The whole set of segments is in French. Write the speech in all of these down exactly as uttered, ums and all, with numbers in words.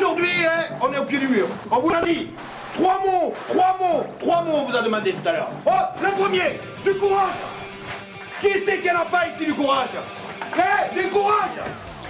aujourd'hui, hein, on est au pied du mur. On vous l'a dit. Trois mots, trois mots, trois mots on vous a demandé tout à l'heure. Oh, le premier, du courage. Qui c'est qui n'a pas ici du courage? Eh, du courage.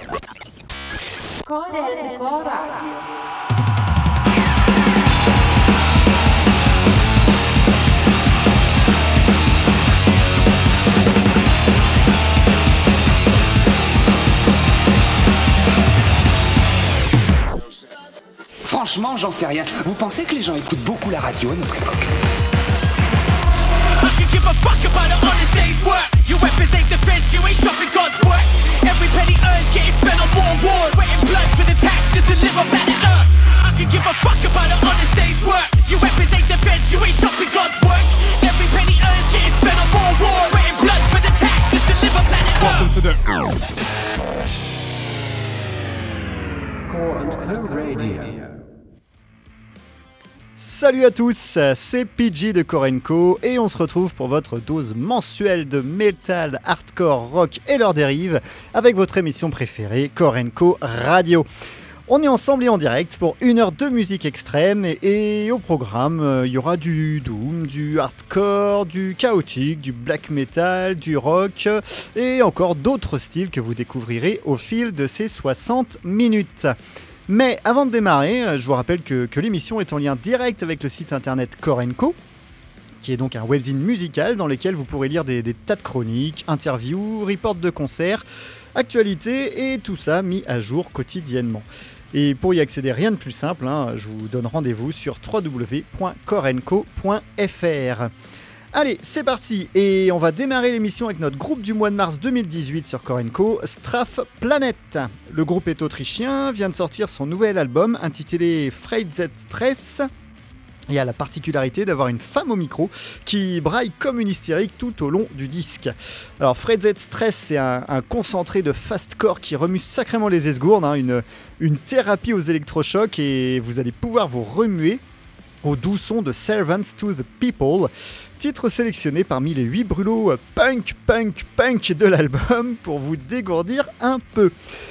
Franchement, j'en sais rien. Vous pensez que les gens écoutent beaucoup la radio à notre époque? I can give a fuck about an honest day's work. Your weapons ain't defense, you ain't shopping God's work. Every penny earned getting spent on more wars. Sweating blood for the tax just to live on planet Earth. I can give a fuck about an honest day's work. Your weapons ain't defense, you ain't shopping God's work. Every penny earned getting spent on more wars. Sweating blood for the tax just to live on planet Earth. Welcome to the Core and Co Radio. Salut à tous, c'est P G de Core and Co et on se retrouve pour votre dose mensuelle de metal, hardcore, rock et leurs dérives avec votre émission préférée Core and Co Radio. On est ensemble et en direct pour une heure de musique extrême et, et au programme il euh, y aura du doom, du hardcore, du chaotique, du black metal, du rock et encore d'autres styles que vous découvrirez au fil de ces soixante minutes. Mais avant de démarrer, je vous rappelle que, que l'émission est en lien direct avec le site internet Core and Co, qui est donc un webzine musical dans lequel vous pourrez lire des, des tas de chroniques, interviews, reports de concerts, actualités et tout ça mis à jour quotidiennement. Et pour y accéder, rien de plus simple, hein, je vous donne rendez-vous sur w w w point core and co point f r. Allez, c'est parti et on va démarrer l'émission avec notre groupe du mois de mars deux mille dix-huit sur Core and Co, Strafe Planet. Le groupe est autrichien, vient de sortir son nouvel album intitulé Freizeitstress et a la particularité d'avoir une femme au micro qui braille comme une hystérique tout au long du disque. Alors Freizeitstress, c'est un, un concentré de fastcore qui remue sacrément les esgourdes, hein, une, une thérapie aux électrochocs et vous allez pouvoir vous remuer au doux son de Servants to the People, titre sélectionné parmi les huit brûlots punk, punk, punk de l'album pour vous dégourdir un peu.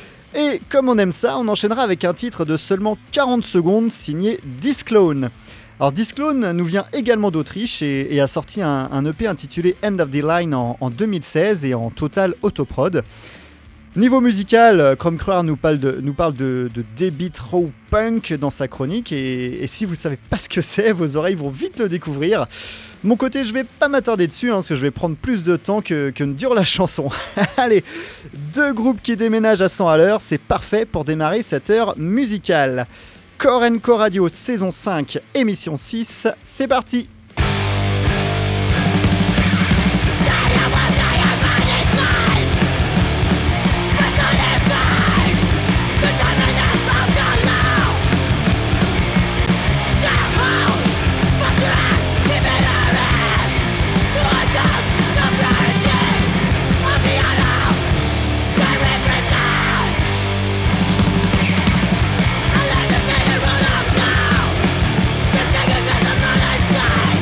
Et comme on aime ça, on enchaînera avec un titre de seulement quarante secondes signé Disclone. Alors Disclone nous vient également d'Autriche et, et a sorti un, un E P intitulé End of the Line en, en deux mille seize et en total autoprod. Niveau musical, Chrome Cruer nous parle de, nous parle de, de débit raw punk dans sa chronique et, et si vous ne savez pas ce que c'est, vos oreilles vont vite le découvrir. Mon côté, je vais pas m'attarder dessus hein, parce que je vais prendre plus de temps que, que ne dure la chanson. Allez, deux groupes qui déménagent à cent à l'heure, c'est parfait pour démarrer cette heure musicale. Core and Co Radio saison cinq, émission six, c'est parti! Sky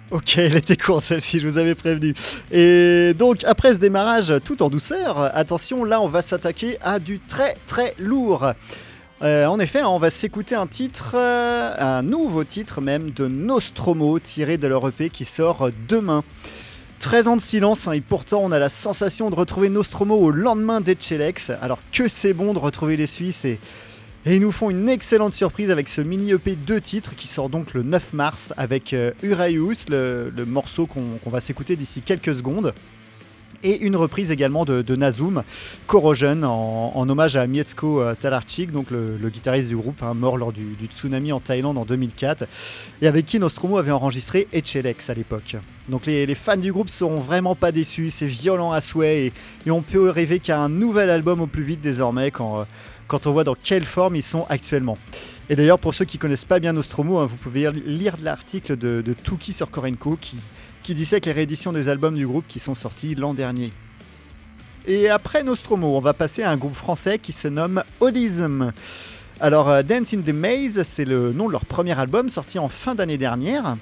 Ok, elle était courte celle-ci, je vous avais prévenu. Et donc, après ce démarrage tout en douceur, attention, là on va s'attaquer à du très très lourd. Euh, en effet, on va s'écouter un titre, euh, un nouveau titre même, de Nostromo, tiré de leur E P qui sort demain. treize ans de silence, hein, et pourtant on a la sensation de retrouver Nostromo au lendemain d'Etchelex. Alors que c'est bon de retrouver les Suisses et... Et ils nous font une excellente surprise avec ce mini E P deux titres qui sort donc le neuf mars avec euh, Uraeus, le, le morceau qu'on, qu'on va s'écouter d'ici quelques secondes. Et une reprise également de, de Nazum, Corrosion, en, en hommage à Mieszko Talarczyk, donc le, le guitariste du groupe, hein, mort lors du, du tsunami en Thaïlande en deux mille quatre, et avec qui Nostromo avait enregistré Etchelex à l'époque. Donc les, les fans du groupe seront vraiment pas déçus, c'est violent à souhait, et, et on peut rêver qu'à un nouvel album au plus vite désormais, quand... Euh, quand on voit dans quelle forme ils sont actuellement. Et d'ailleurs, pour ceux qui connaissent pas bien Nostromo, hein, vous pouvez lire l'article de, de Tuki sur Korenko qui, qui dissèque les rééditions des albums du groupe qui sont sortis l'an dernier. Et après Nostromo, on va passer à un groupe français qui se nomme Holism. Alors, euh, Dance in the Maze, c'est le nom de leur premier album sorti en fin d'année dernière.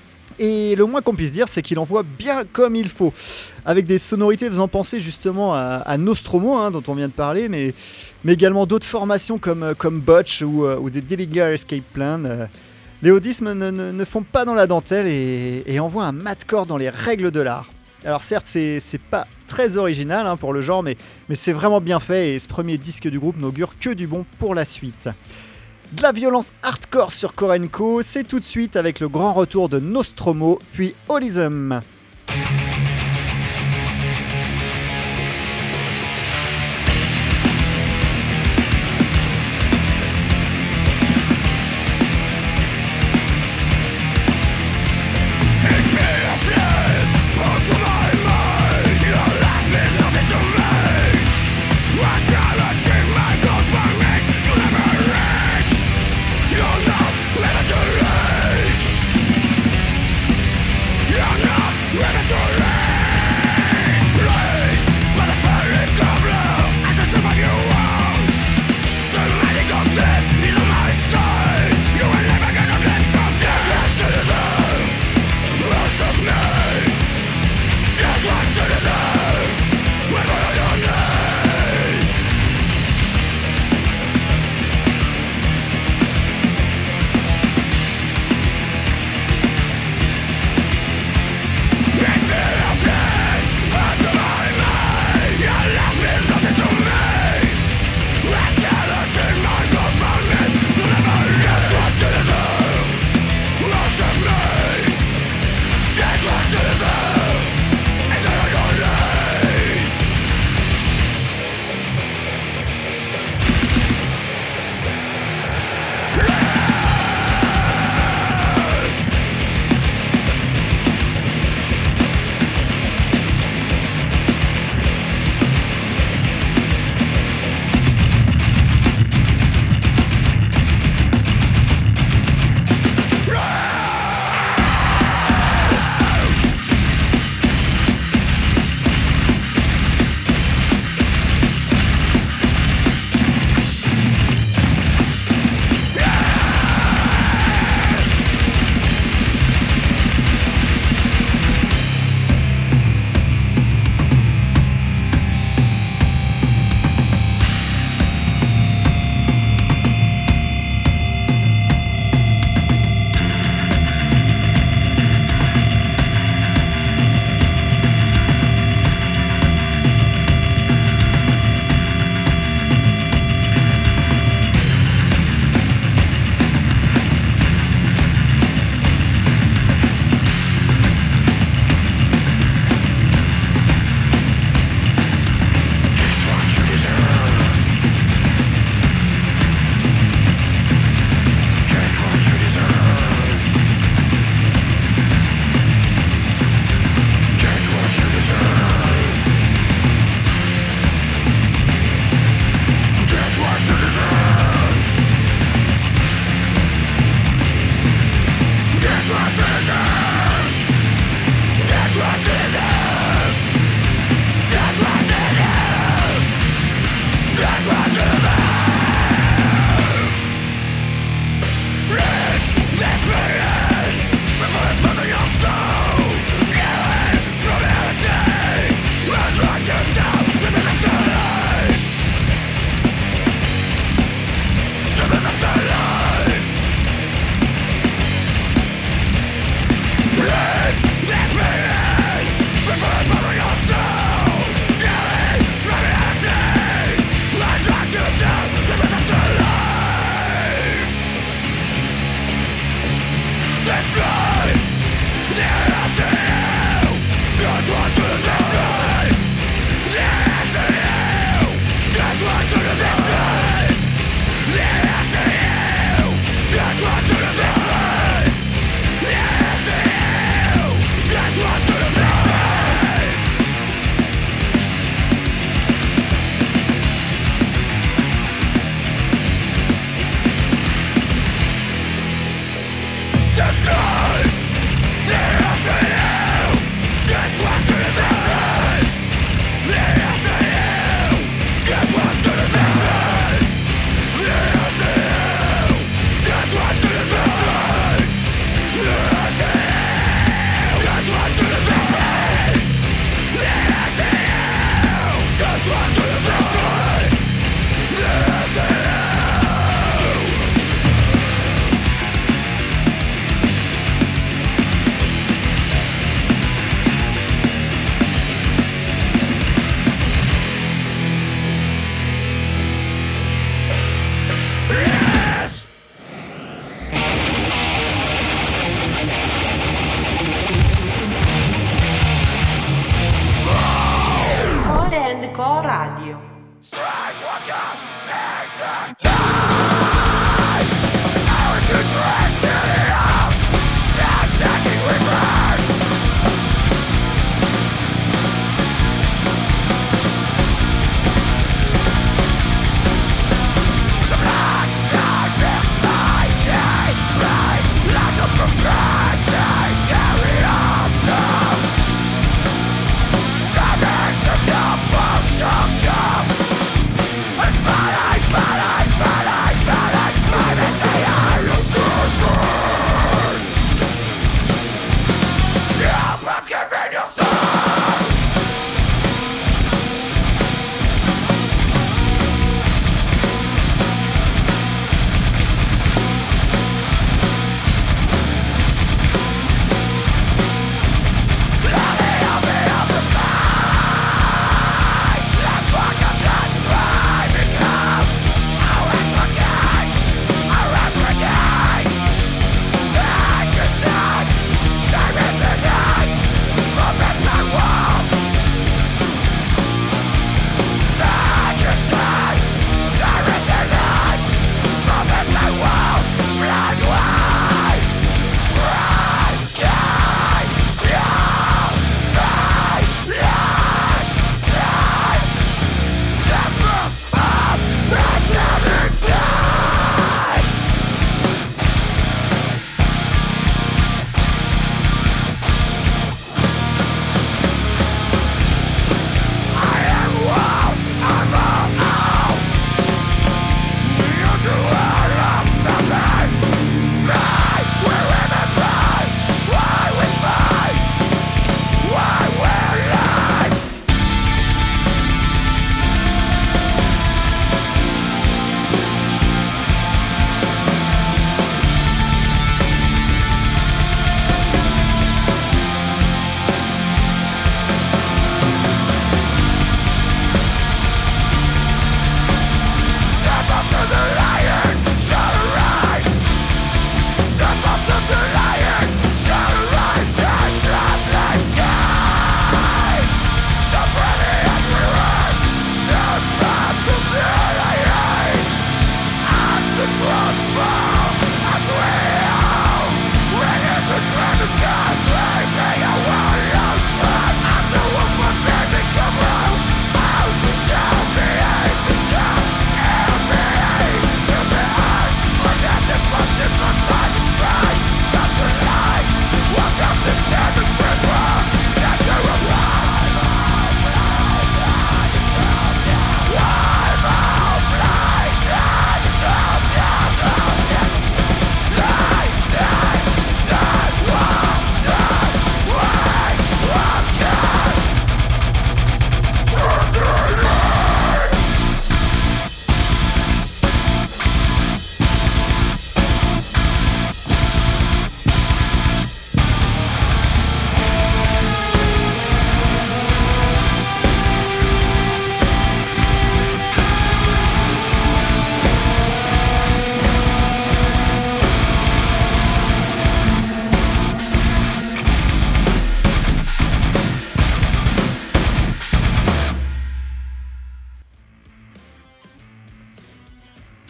Et le moins qu'on puisse dire, c'est qu'il envoie bien comme il faut, avec des sonorités faisant penser justement à, à Nostromo, hein, dont on vient de parler, mais, mais également d'autres formations comme, comme Botch ou, euh, ou des Dillinger Escape Plan. Euh, les Audismes ne, ne, ne font pas dans la dentelle et, et envoient un madcore dans les règles de l'art. Alors certes, c'est, c'est pas très original hein, pour le genre, mais, mais c'est vraiment bien fait et ce premier disque du groupe n'augure que du bon pour la suite. De la violence hardcore sur Korenko, c'est tout de suite avec le grand retour de Nostromo, puis Holism. You're not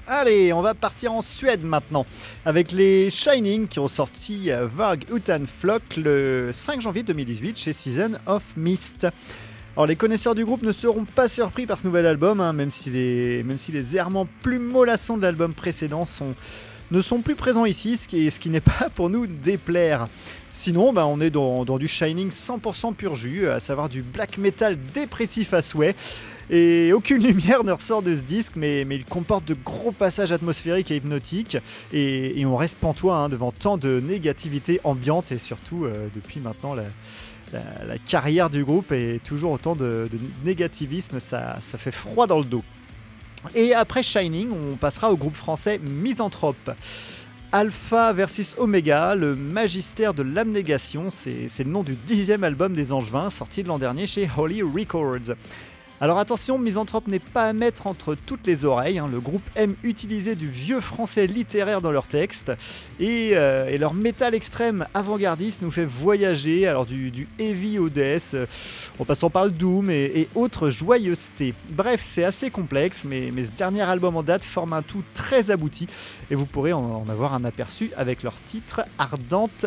Allez, on va partir en Suède maintenant, avec les Shining qui ont sorti Varg Utan Flock le cinq janvier deux mille dix-huit chez Season of Mist. Alors les connaisseurs du groupe ne seront pas surpris par ce nouvel album, hein, même, si les, même si les errements plus mollassons de l'album précédent sont, ne sont plus présents ici, ce qui, ce qui n'est pas pour nous déplaire. Sinon, bah, on est dans, dans du Shining cent pour cent pur jus, à savoir du black metal dépressif à souhait. Et aucune lumière ne ressort de ce disque, mais, mais il comporte de gros passages atmosphériques et hypnotiques. Et, et on reste pantois hein, devant tant de négativité ambiante et surtout, euh, depuis maintenant, la, la, la carrière du groupe et toujours autant de, de négativisme, ça, ça fait froid dans le dos. Et après Shining, on passera au groupe français Misanthrope. Alpha versus Omega, le magistère de l'abnégation, c'est, c'est le nom du dixième album des Angevins, sorti de l'an dernier chez Holy Records. Alors attention, Misanthrope n'est pas à mettre entre toutes les oreilles, hein. Le groupe aime utiliser du vieux français littéraire dans leurs textes et, euh, et leur métal extrême avant-gardiste nous fait voyager, alors du, du heavy au death, euh, en passant par le doom et, et autres joyeusetés. Bref, c'est assez complexe, mais, mais ce dernier album en date forme un tout très abouti et vous pourrez en, en avoir un aperçu avec leur titre Ardente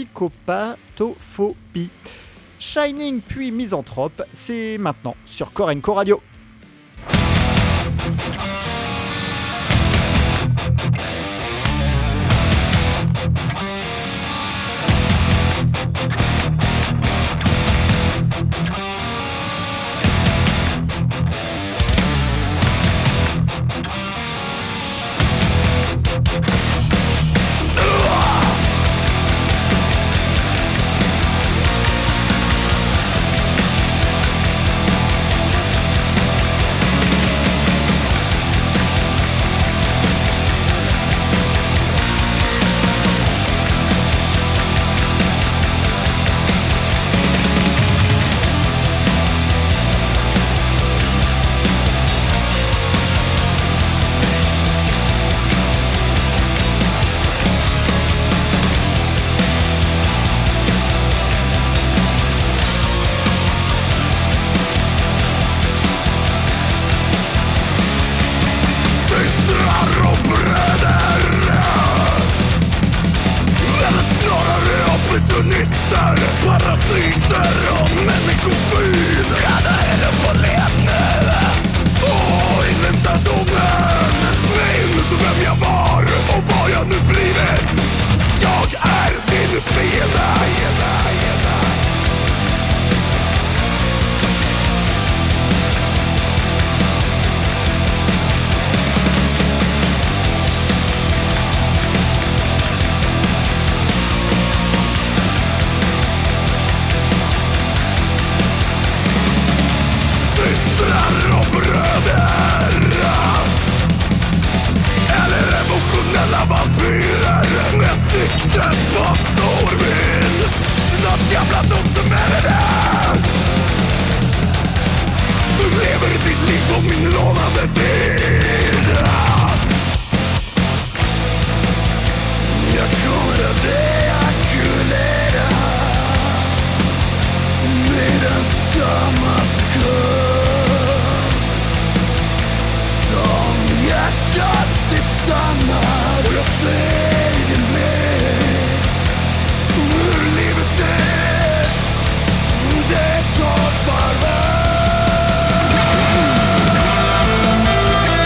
Psychopathophobie. Shining puis Misanthrope, c'est maintenant sur Core and Co Radio. Farväl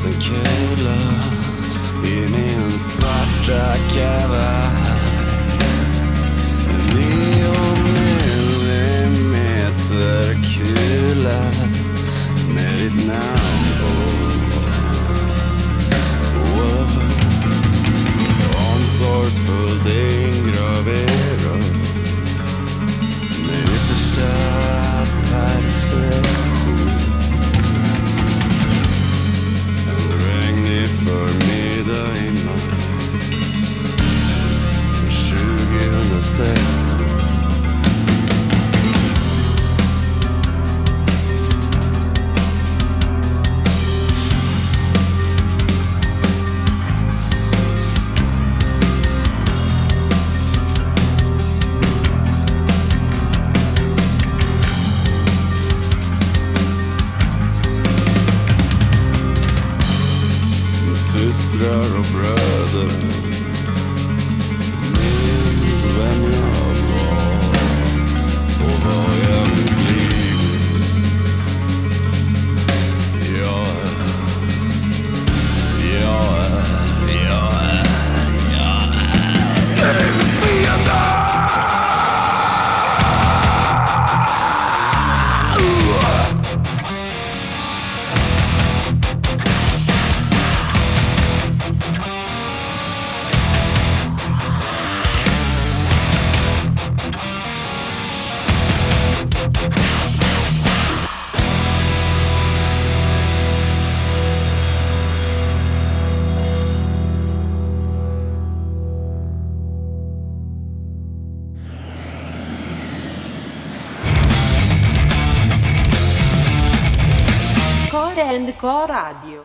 en kula i min svarta kavaj. Nio millimeter kula med ditt namn på. Wow. Omsorgsfullt ingraverad med yttersta perfektion. En regnig förmiddag i maj tjugohundrasexton. Systrar och bröder, minns vem jag var och vad jag nu blivit. Jag är, jag är, jag är, jag är en fiende. Core and Co Radio.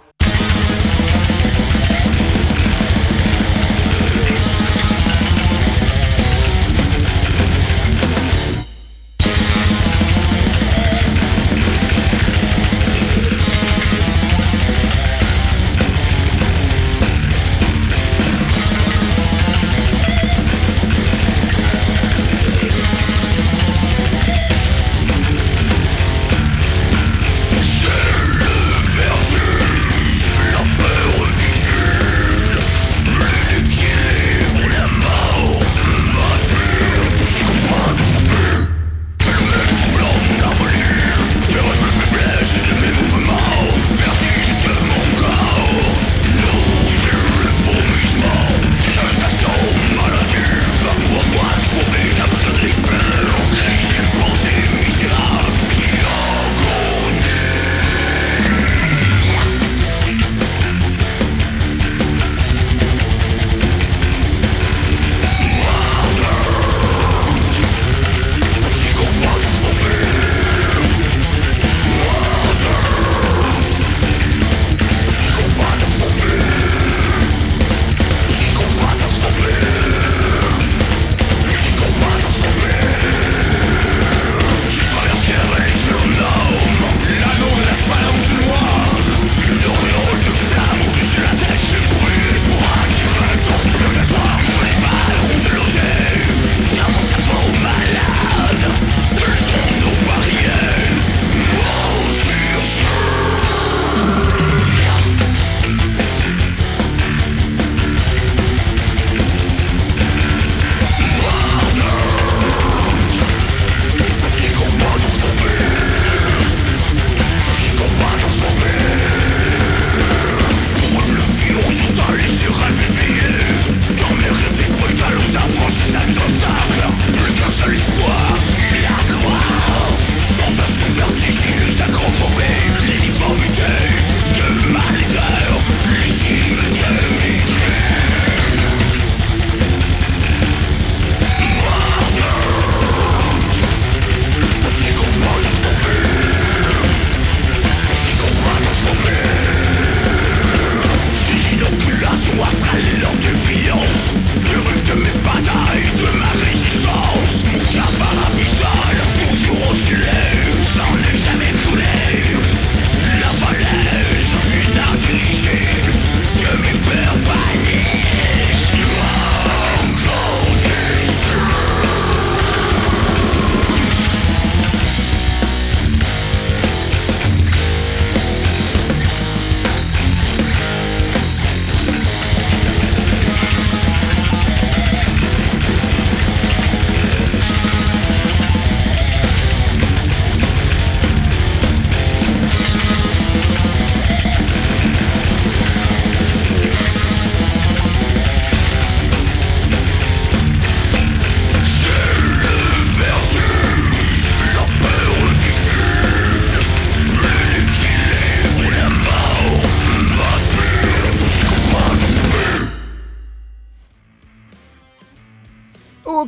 C'est le vertu.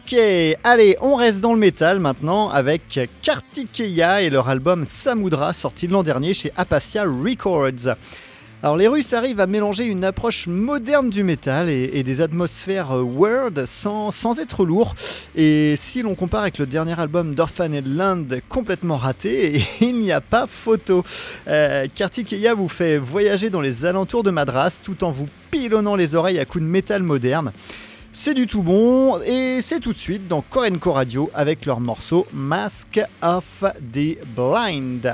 Ok, allez, on reste dans le métal maintenant avec Kartikeya et leur album Samudra sorti l'an dernier chez Apacia Records. Alors les Russes arrivent à mélanger une approche moderne du métal et, et des atmosphères world sans, sans être lourd. Et si l'on compare avec le dernier album d'Orphan Land complètement raté, il n'y a pas photo. Euh, Kartikeya vous fait voyager dans les alentours de Madras tout en vous pilonnant les oreilles à coups de métal moderne. C'est du tout bon et c'est tout de suite dans Korenko Radio avec leur morceau Mask of the Blind.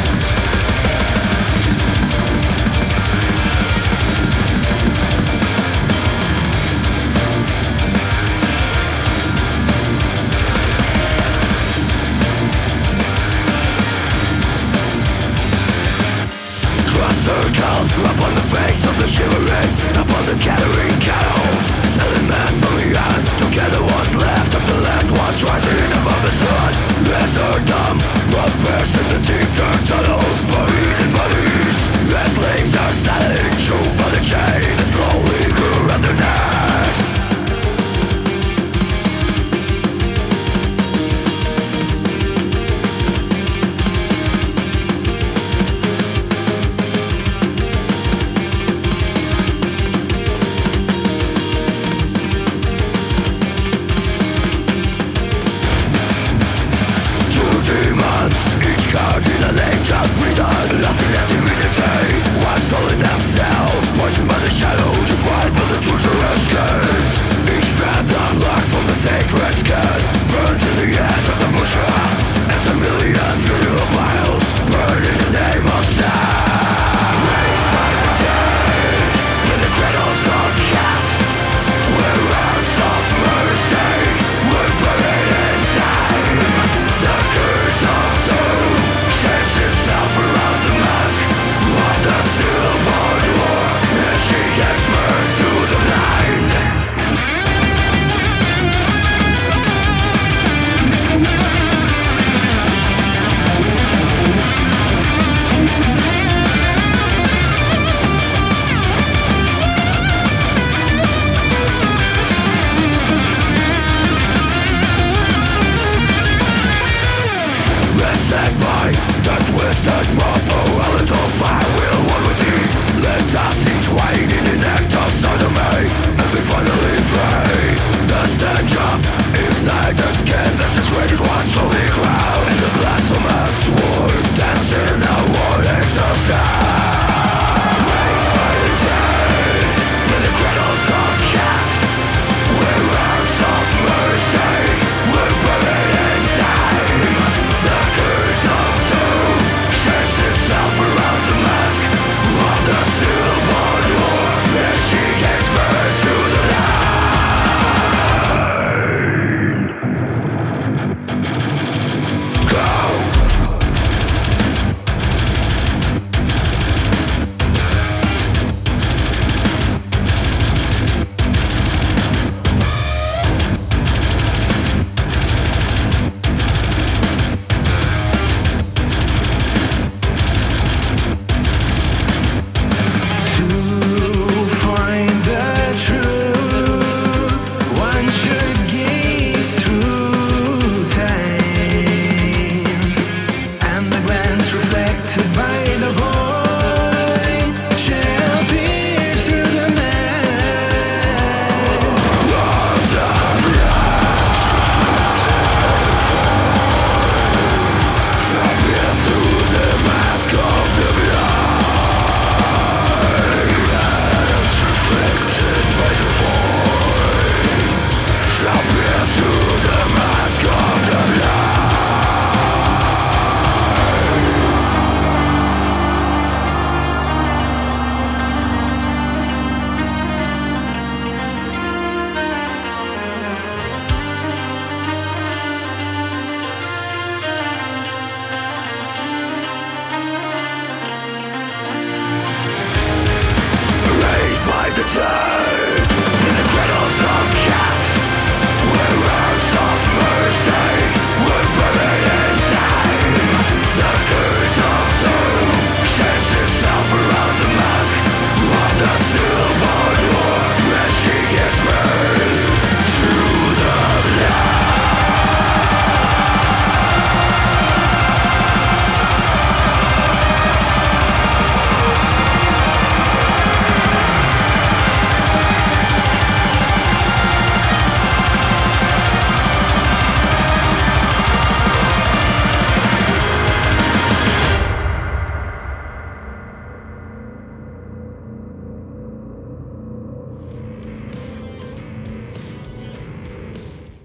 Mask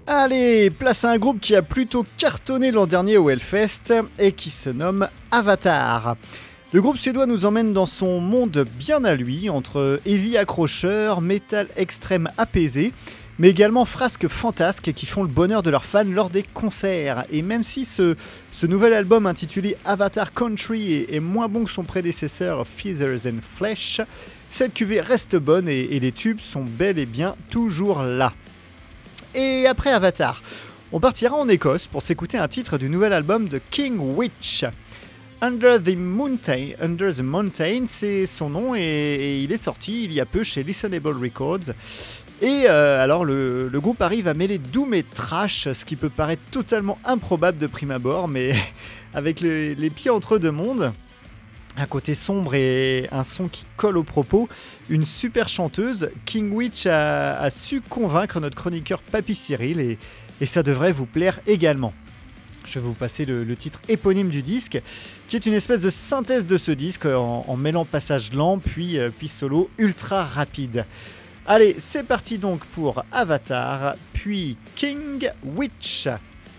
Allez, place à un groupe qui a plutôt cartonné l'an dernier au Hellfest et qui se nomme Avatar. Le groupe suédois nous emmène dans son monde bien à lui, entre heavy accrocheur, métal extrême apaisé, mais également frasques fantasques qui font le bonheur de leurs fans lors des concerts. Et même si ce, ce nouvel album intitulé Avatar Country est, est moins bon que son prédécesseur Feathers and Flesh, cette cuvée reste bonne et, et les tubes sont bel et bien toujours là. Et après Avatar, on partira en Écosse pour s'écouter un titre du nouvel album de King Witch. Under the Mountain, Under the Mountain, c'est son nom et, et il est sorti il y a peu chez Listenable Records. Et euh, alors le, le groupe arrive à mêler doom et trash, ce qui peut paraître totalement improbable de prime abord, mais avec le, les pieds entre deux mondes. Un côté sombre et un son qui colle au propos, une super chanteuse, King Witch a, a su convaincre notre chroniqueur Papy Cyril et, et ça devrait vous plaire également. Je vais vous passer le, le titre éponyme du disque, qui est une espèce de synthèse de ce disque en, en mêlant passage lent puis, puis solo ultra rapide. Allez, c'est parti donc pour Avatar, puis King Witch.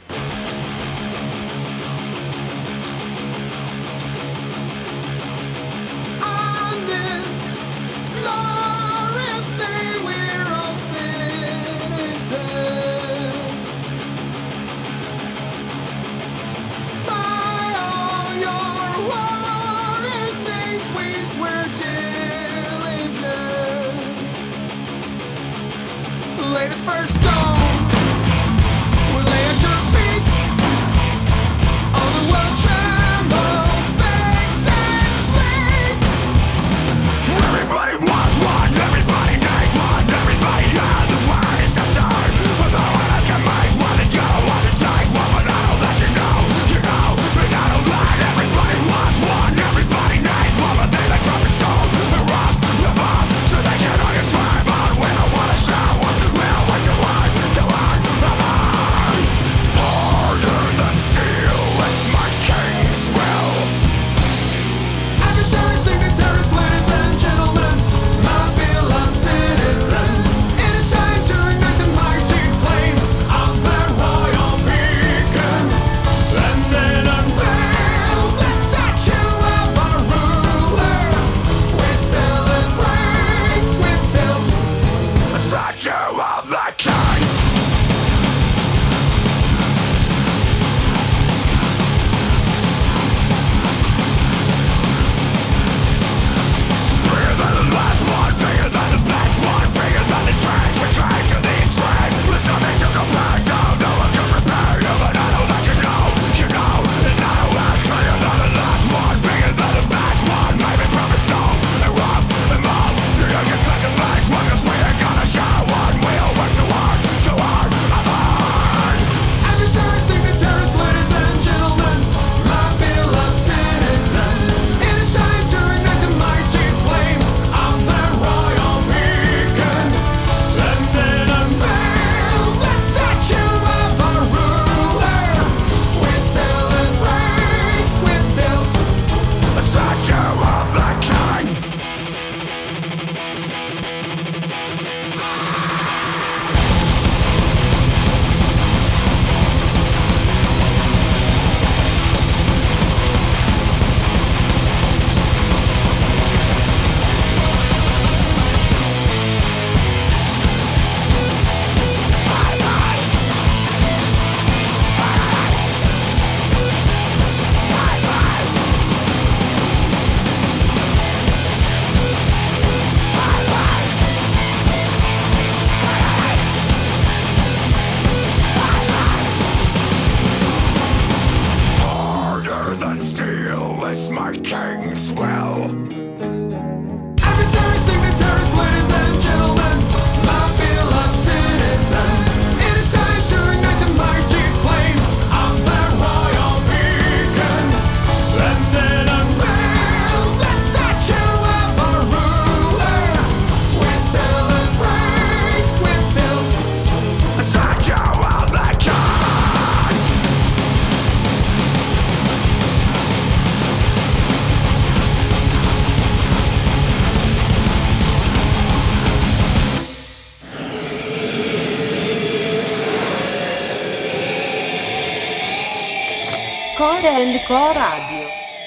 Lay the first stone, we'll lay at your feet. All the world trembles, begs and flees. Everybody wants one, everybody needs one, everybody has the word is the same. But no one else can make one that you want to take one, but I don't let you know, you know, but I don't let. Everybody wants one, everybody needs one, but they like rubber stone, the rocks, the bombs, so they can all get slime on when I wanna shower. Well, what's the line? Core and Co Radio.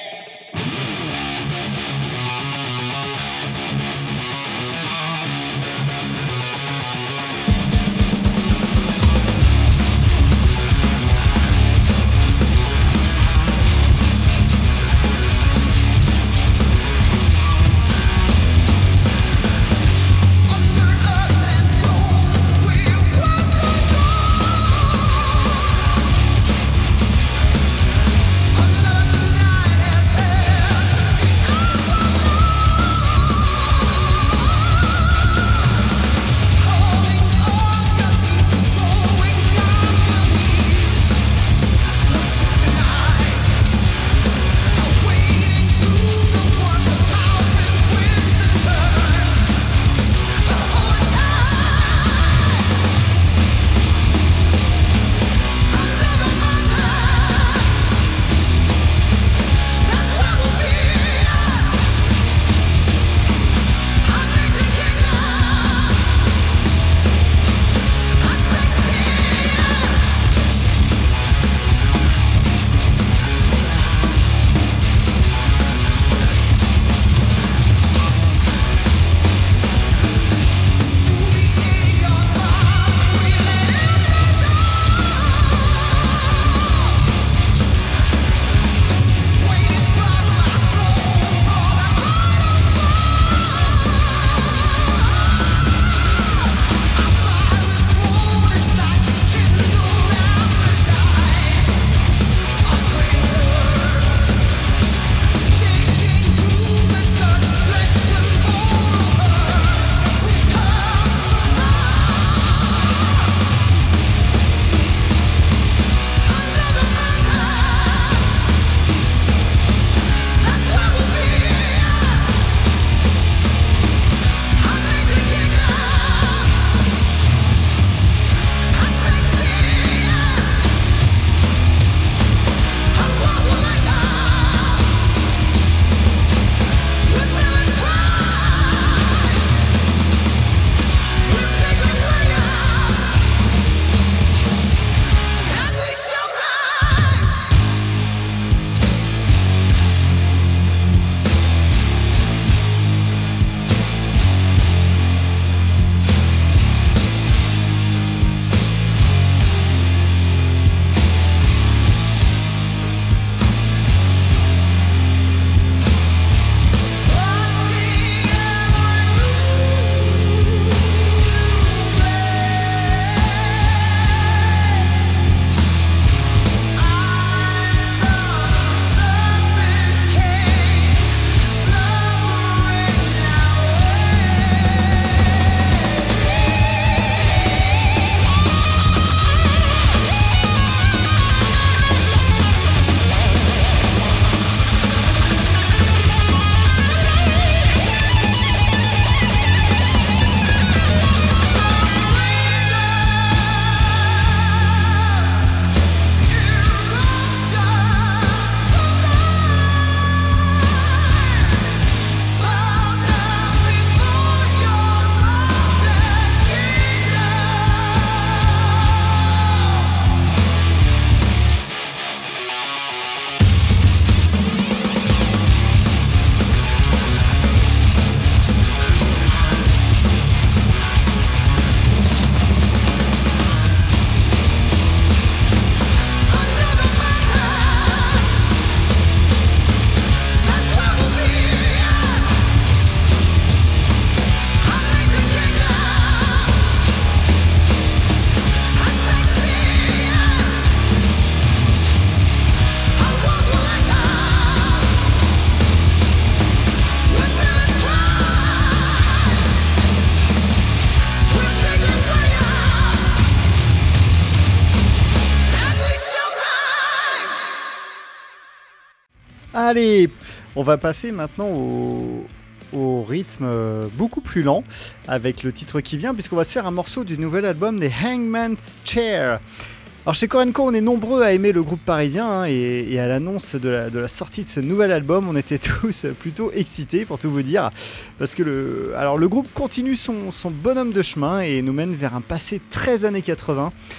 Allez, on va passer maintenant au, au rythme beaucoup plus lent avec le titre qui vient, puisqu'on va se faire un morceau du nouvel album des Hangman's Chair. Alors chez Core and Co, on est nombreux à aimer le groupe parisien hein, et, et à l'annonce de la, de la sortie de ce nouvel album, on était tous plutôt excités pour tout vous dire, parce que le, alors le groupe continue son, son bonhomme de chemin et nous mène vers un passé très années quatre-vingts.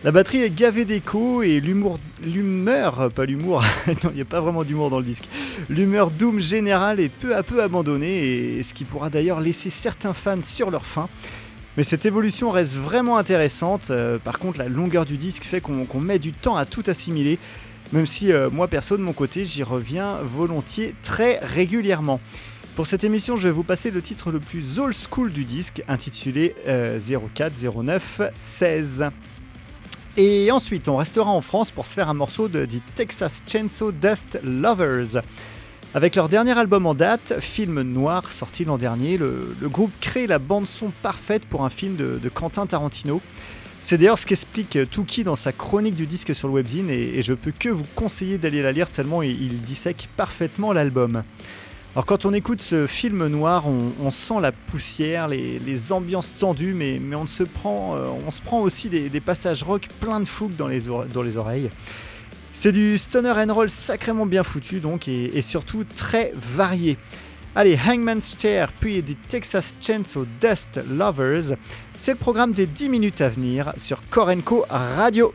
La batterie est gavée d'écho et l'humour, l'humeur, pas l'humour, non, il n'y a pas vraiment d'humour dans le disque. L'humeur doom générale est peu à peu abandonnée, et ce qui pourra d'ailleurs laisser certains fans sur leur faim. Mais cette évolution reste vraiment intéressante. Euh, par contre, la longueur du disque fait qu'on, qu'on met du temps à tout assimiler, même si euh, moi perso de mon côté, j'y reviens volontiers très régulièrement. Pour cette émission, je vais vous passer le titre le plus old school du disque, intitulé euh, zéro quatre zéro neuf seize. Et ensuite, on restera en France pour se faire un morceau de The Texas Chainsaw Dust Lovers. Avec leur dernier album en date, Film Noir, sorti l'an dernier, le, le groupe crée la bande-son parfaite pour un film de, de Quentin Tarantino. C'est d'ailleurs ce qu'explique Tookie dans sa chronique du disque sur le webzine, et, et je peux que vous conseiller d'aller la lire tellement il, il dissèque parfaitement l'album. Alors quand on écoute ce Film Noir, on, on sent la poussière, les, les ambiances tendues, mais, mais on, se prend, euh, on se prend aussi des, des passages rock plein de fougue dans les, ore- dans les oreilles. C'est du stoner and roll sacrément bien foutu donc, et, et surtout très varié. Allez, Hangman's Chair puis The Texas Chainsaw Dust Lovers, c'est le programme des dix minutes à venir sur Core and Co Radio.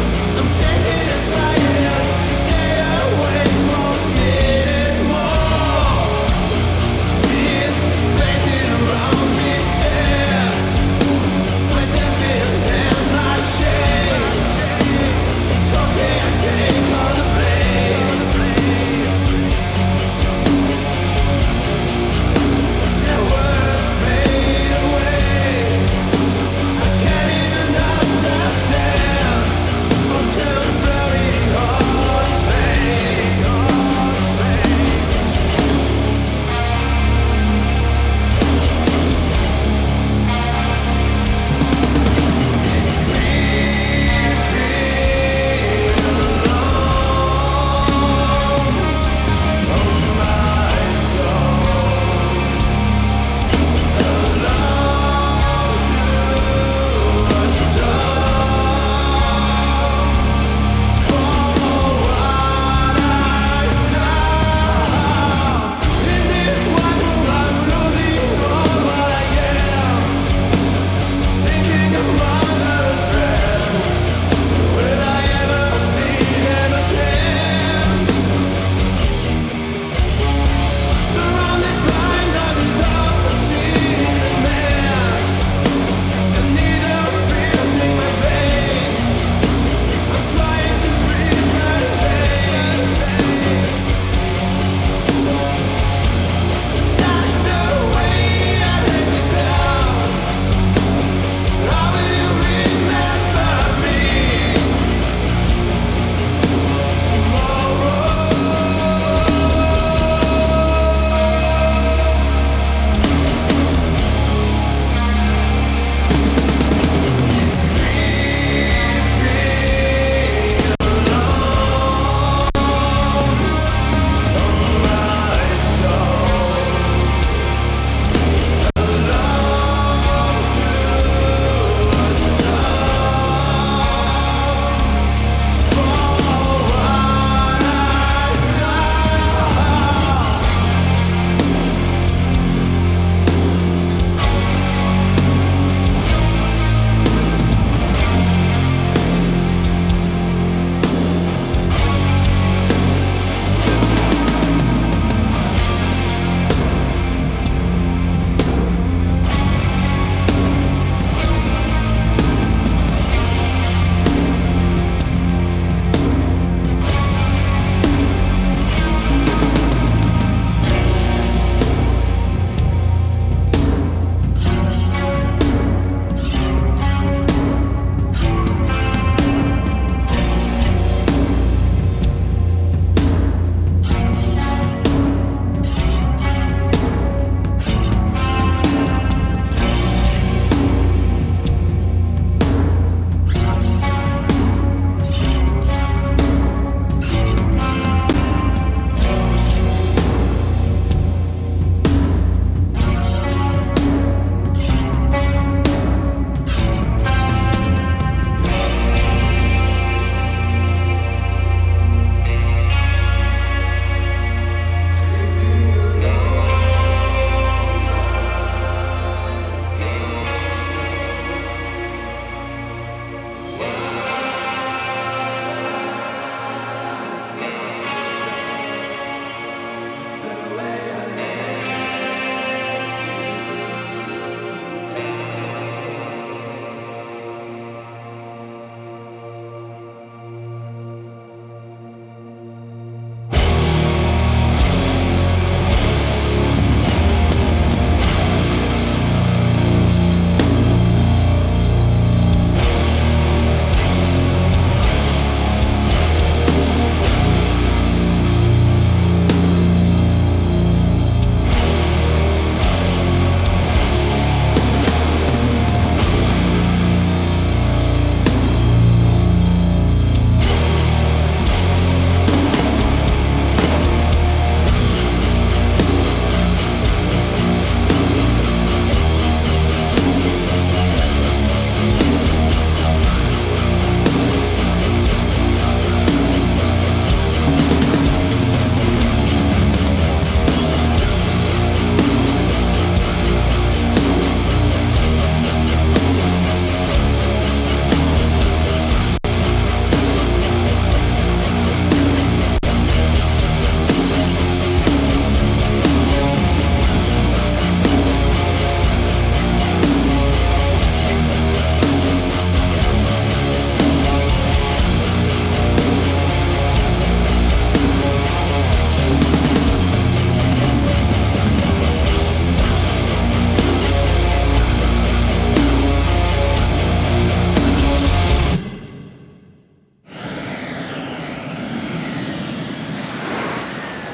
Shaking and trying to stay away from getting more.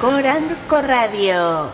Coranco Radio.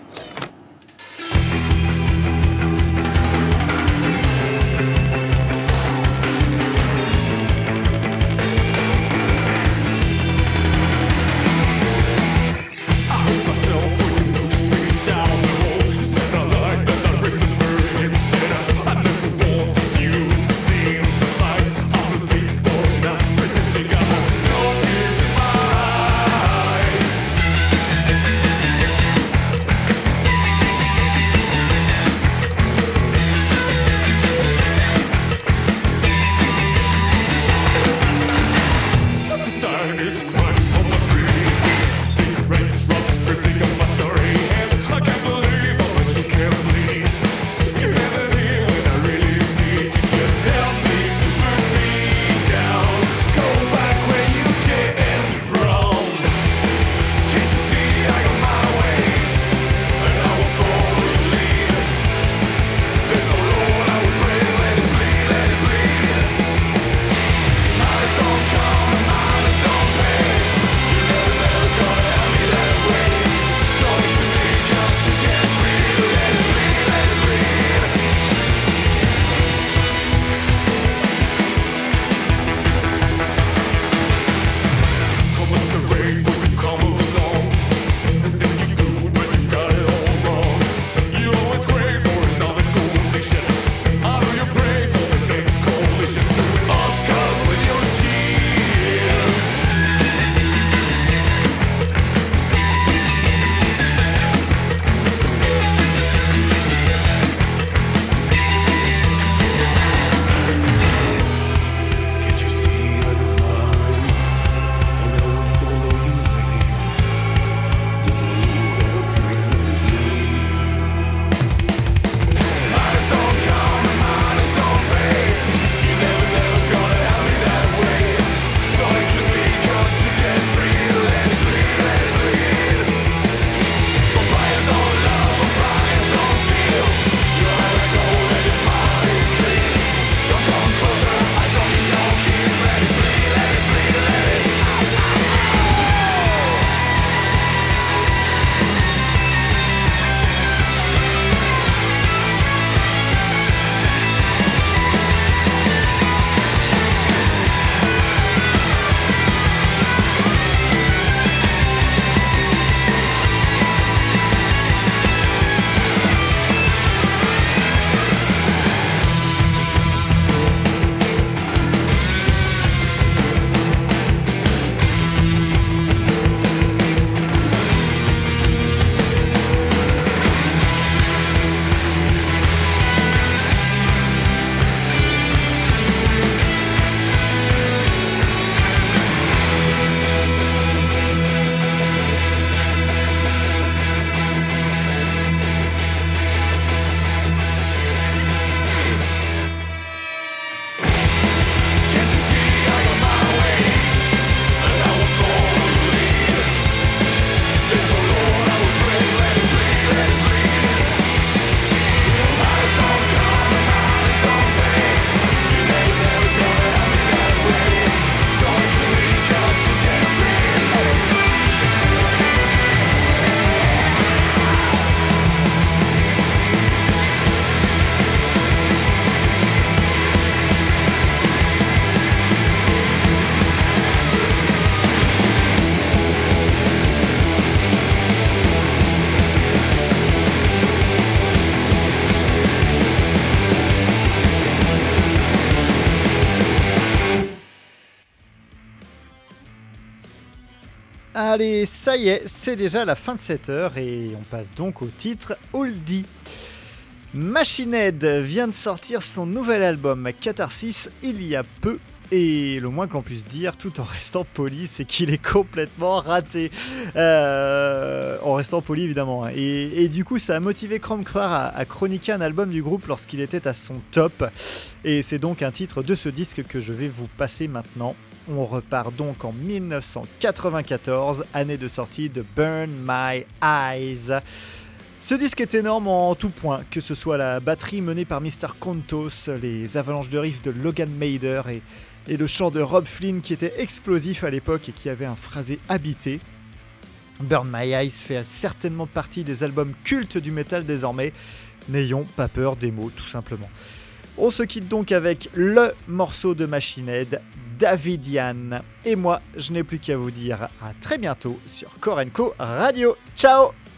Allez, ça y est, c'est déjà la fin de cette heure et on passe donc au titre Oldie. Machine Head vient de sortir son nouvel album Catharsis il y a peu. Et le moins qu'on puisse dire, tout en restant poli, c'est qu'il est complètement raté. Euh, en restant poli, évidemment. Et, et du coup, ça a motivé Chromecreur à, à chroniquer un album du groupe lorsqu'il était à son top. Et c'est donc un titre de ce disque que je vais vous passer maintenant. On repart donc en dix-neuf cent quatre-vingt-quatorze, année de sortie de Burn My Eyes. Ce disque est énorme en tout point, que ce soit la batterie menée par mister Kontos, les avalanches de riffs de Logan Mader et, et le chant de Rob Flynn qui était explosif à l'époque et qui avait un phrasé habité. Burn My Eyes fait certainement partie des albums cultes du métal désormais. N'ayons pas peur des mots, tout simplement. On se quitte donc avec le morceau de Machine Head, Davidian. Et moi, je n'ai plus qu'à vous dire à très bientôt sur Core and Co Radio. Ciao!